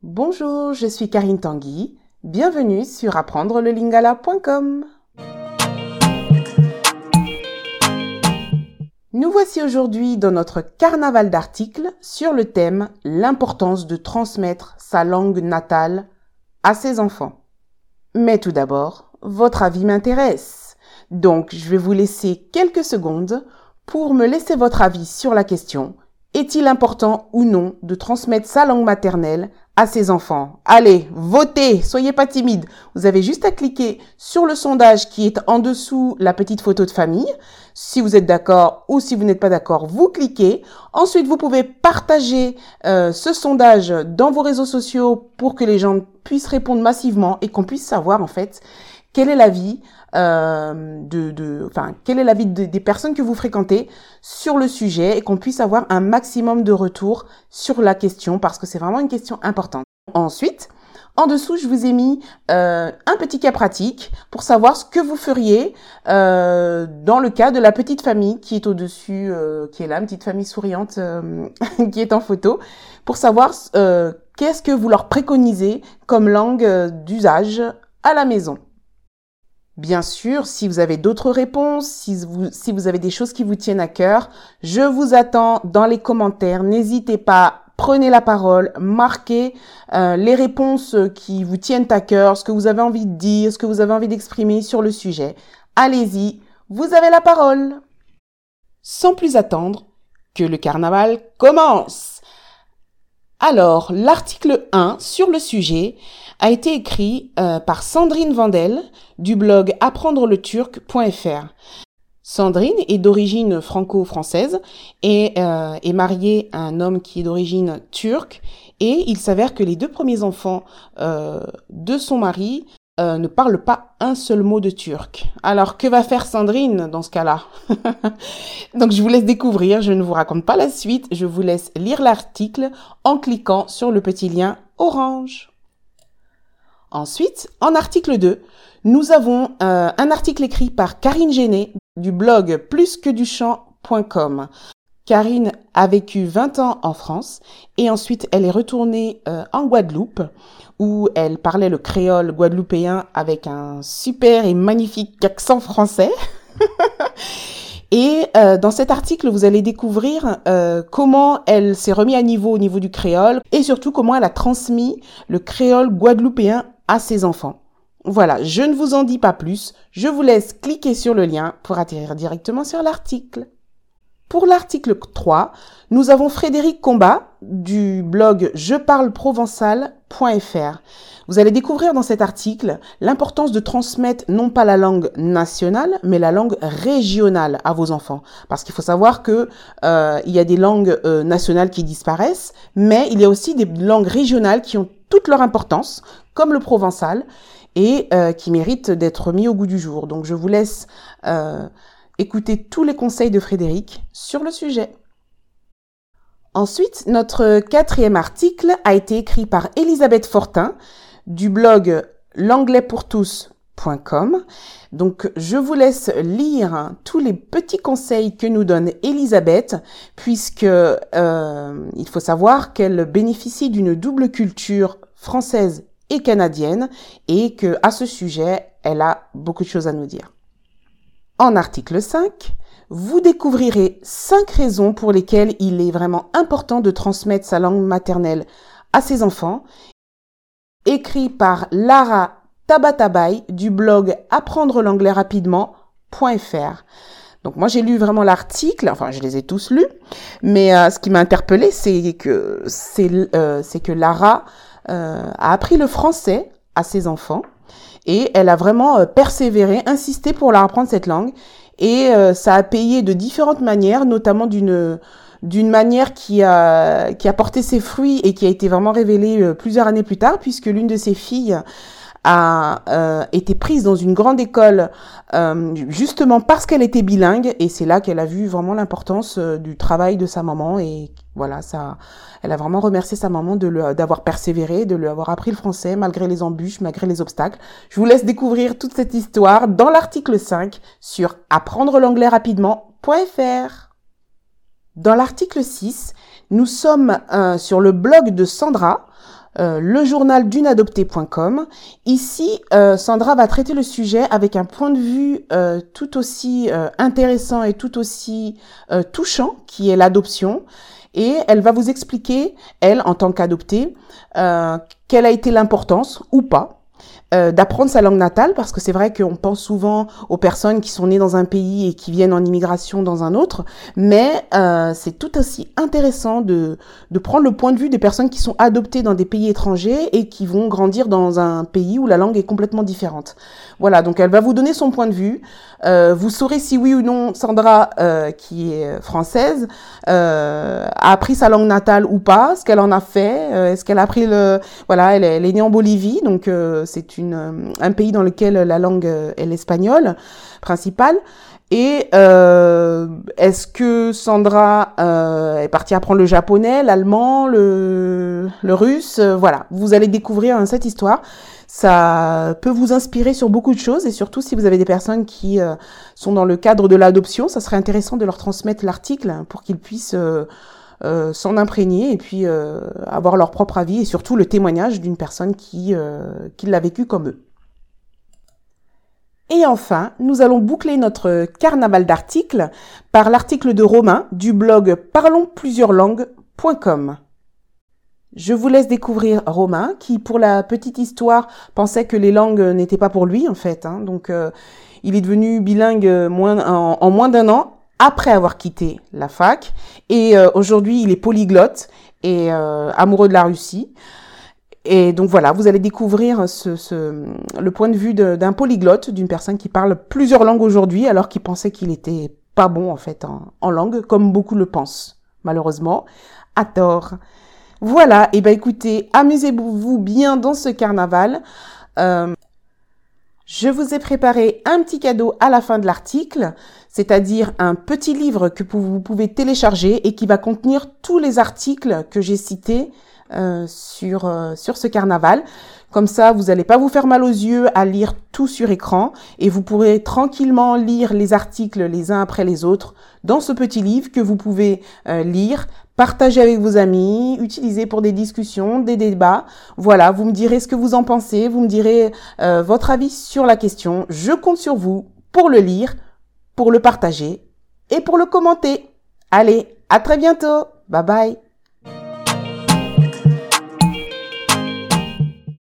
Bonjour, je suis Karine Tanguy. Bienvenue sur apprendrelelingala.com. Nous voici aujourd'hui dans notre carnaval d'articles sur le thème « L'importance de transmettre sa langue natale à ses enfants ». Mais tout d'abord, votre avis m'intéresse. Donc, je vais vous laisser quelques secondes pour me laisser votre avis sur la question « Est-il important ou non de transmettre sa langue maternelle à ses enfants ?» Allez, votez, soyez pas timides. Vous avez juste à cliquer sur le sondage qui est en dessous la petite photo de famille. Si vous êtes d'accord ou si vous n'êtes pas d'accord, vous cliquez. Ensuite, vous pouvez partager ce sondage dans vos réseaux sociaux pour que les gens puissent répondre massivement et qu'on puisse savoir en fait quel est l'avis quel est l'avis des personnes que vous fréquentez sur le sujet et qu'on puisse avoir un maximum de retours sur la question parce que c'est vraiment une question importante. Ensuite, en dessous, je vous ai mis un petit cas pratique pour savoir ce que vous feriez dans le cas de la petite famille qui est au-dessus, qui est là, une petite famille souriante qui est en photo, pour savoir qu'est-ce que vous leur préconisez comme langue d'usage à la maison. Bien sûr, si vous avez d'autres réponses, si vous avez des choses qui vous tiennent à cœur, je vous attends dans les commentaires. N'hésitez pas, prenez la parole, marquez les réponses qui vous tiennent à cœur, ce que vous avez envie de dire, ce que vous avez envie d'exprimer sur le sujet. Allez-y, vous avez la parole. Sans plus attendre, que le carnaval commence. Alors, l'article 1 sur le sujet a été écrit par Sandrine Vandel du blog apprendreleturc.fr. Sandrine est d'origine franco-française et est mariée à un homme qui est d'origine turque et il s'avère que les deux premiers enfants de son mari ne parlent pas un seul mot de turc. Alors, que va faire Sandrine dans ce cas-là? Donc, je vous laisse découvrir, je ne vous raconte pas la suite, je vous laisse lire l'article en cliquant sur le petit lien orange. Ensuite, en article 2, nous avons un article écrit par Karine Géné du blog plusqueduchamp.com. Karine a vécu 20 ans en France et ensuite elle est retournée en Guadeloupe où elle parlait le créole guadeloupéen avec un super et magnifique accent français. Et dans cet article, vous allez découvrir comment elle s'est remise à niveau au niveau du créole et surtout comment elle a transmis le créole guadeloupéen à ses enfants. Voilà, je ne vous en dis pas plus, je vous laisse cliquer sur le lien pour atterrir directement sur l'article. Pour l'article 3, nous avons Frédéric Combat du blog jeparleprovençal.fr. Vous allez découvrir dans cet article l'importance de transmettre non pas la langue nationale, mais la langue régionale à vos enfants. Parce qu'il faut savoir que il y a des langues nationales qui disparaissent, mais il y a aussi des langues régionales qui ont toute leur importance, comme le provençal, et qui méritent d'être mis au goût du jour. Donc je vous laisse écouter tous les conseils de Frédéric sur le sujet. Ensuite, notre 4e article a été écrit par Elisabeth Fortin du blog l'anglaispurtous.com. Donc, je vous laisse lire tous les petits conseils que nous donne Elisabeth, puisque il faut savoir qu'elle bénéficie d'une double culture française et canadienne et que à ce sujet, elle a beaucoup de choses à nous dire. En article 5, vous découvrirez 5 raisons pour lesquelles il est vraiment important de transmettre sa langue maternelle à ses enfants, écrit par Lara Tabatabai du blog apprendrelanglaisrapidement.fr. Donc moi j'ai lu vraiment l'article, enfin je les ai tous lus, mais ce qui m'a interpellée c'est que Lara a appris le français à ses enfants. Et elle a vraiment persévéré, insisté pour leur apprendre cette langue. Et ça a payé de différentes manières, notamment d'une manière qui a porté ses fruits et qui a été vraiment révélée plusieurs années plus tard, puisque l'une de ses filles a été prise dans une grande école justement parce qu'elle était bilingue. Et c'est là qu'elle a vu vraiment l'importance du travail de sa maman. Et voilà, elle a vraiment remercié sa maman d'avoir persévéré, de lui avoir appris le français malgré les embûches, malgré les obstacles. Je vous laisse découvrir toute cette histoire dans l'article 5 sur apprendrelanglaisrapidement.fr. Dans l'article 6, nous sommes sur le blog de Sandra, lejournalduneadoptée.com. Ici, Sandra va traiter le sujet avec un point de vue tout aussi intéressant et tout aussi touchant, qui est l'adoption. Et elle va vous expliquer, elle, en tant qu'adoptée, quelle a été l'importance, ou pas, d'apprendre sa langue natale, parce que c'est vrai qu'on pense souvent aux personnes qui sont nées dans un pays et qui viennent en immigration dans un autre, mais c'est tout aussi intéressant de prendre le point de vue des personnes qui sont adoptées dans des pays étrangers et qui vont grandir dans un pays où la langue est complètement différente. Voilà, donc elle va vous donner son point de vue. Vous saurez si oui ou non Sandra, qui est française, a appris sa langue natale ou pas, ce qu'elle en a fait, est-ce qu'elle a appris voilà, elle est née en Bolivie, donc c'est un pays dans lequel la langue est l'espagnol principale. Et est-ce que Sandra est partie apprendre le japonais, l'allemand, le russe, voilà, vous allez découvrir cette histoire. Ça peut vous inspirer sur beaucoup de choses, et surtout si vous avez des personnes qui sont dans le cadre de l'adoption, ça serait intéressant de leur transmettre l'article pour qu'ils puissent s'en imprégner et puis avoir leur propre avis, et surtout le témoignage d'une personne qui l'a vécu comme eux. Et enfin, nous allons boucler notre carnaval d'articles par l'article de Romain du blog parlonsplusieurslangues.com. Je vous laisse découvrir Romain, qui, pour la petite histoire, pensait que les langues n'étaient pas pour lui, en fait. Donc, il est devenu bilingue en moins d'un an, après avoir quitté la fac. Et aujourd'hui, il est polyglotte et amoureux de la Russie. Et donc voilà, vous allez découvrir le point de vue d'un polyglotte, d'une personne qui parle plusieurs langues aujourd'hui, alors qu'il pensait qu'il était pas bon en fait en langue, comme beaucoup le pensent, malheureusement, à tort. Voilà, et ben écoutez, amusez-vous bien dans ce carnaval. Je vous ai préparé un petit cadeau à la fin de l'article, c'est-à-dire un petit livre que vous pouvez télécharger et qui va contenir tous les articles que j'ai cités sur ce carnaval. Comme ça, vous n'allez pas vous faire mal aux yeux à lire tout sur écran, et vous pourrez tranquillement lire les articles les uns après les autres dans ce petit livre que vous pouvez lire, partager avec vos amis, utiliser pour des discussions, des débats. Voilà, vous me direz ce que vous en pensez, vous me direz votre avis sur la question. Je compte sur vous pour le lire, pour le partager et pour le commenter. Allez, à très bientôt. Bye bye.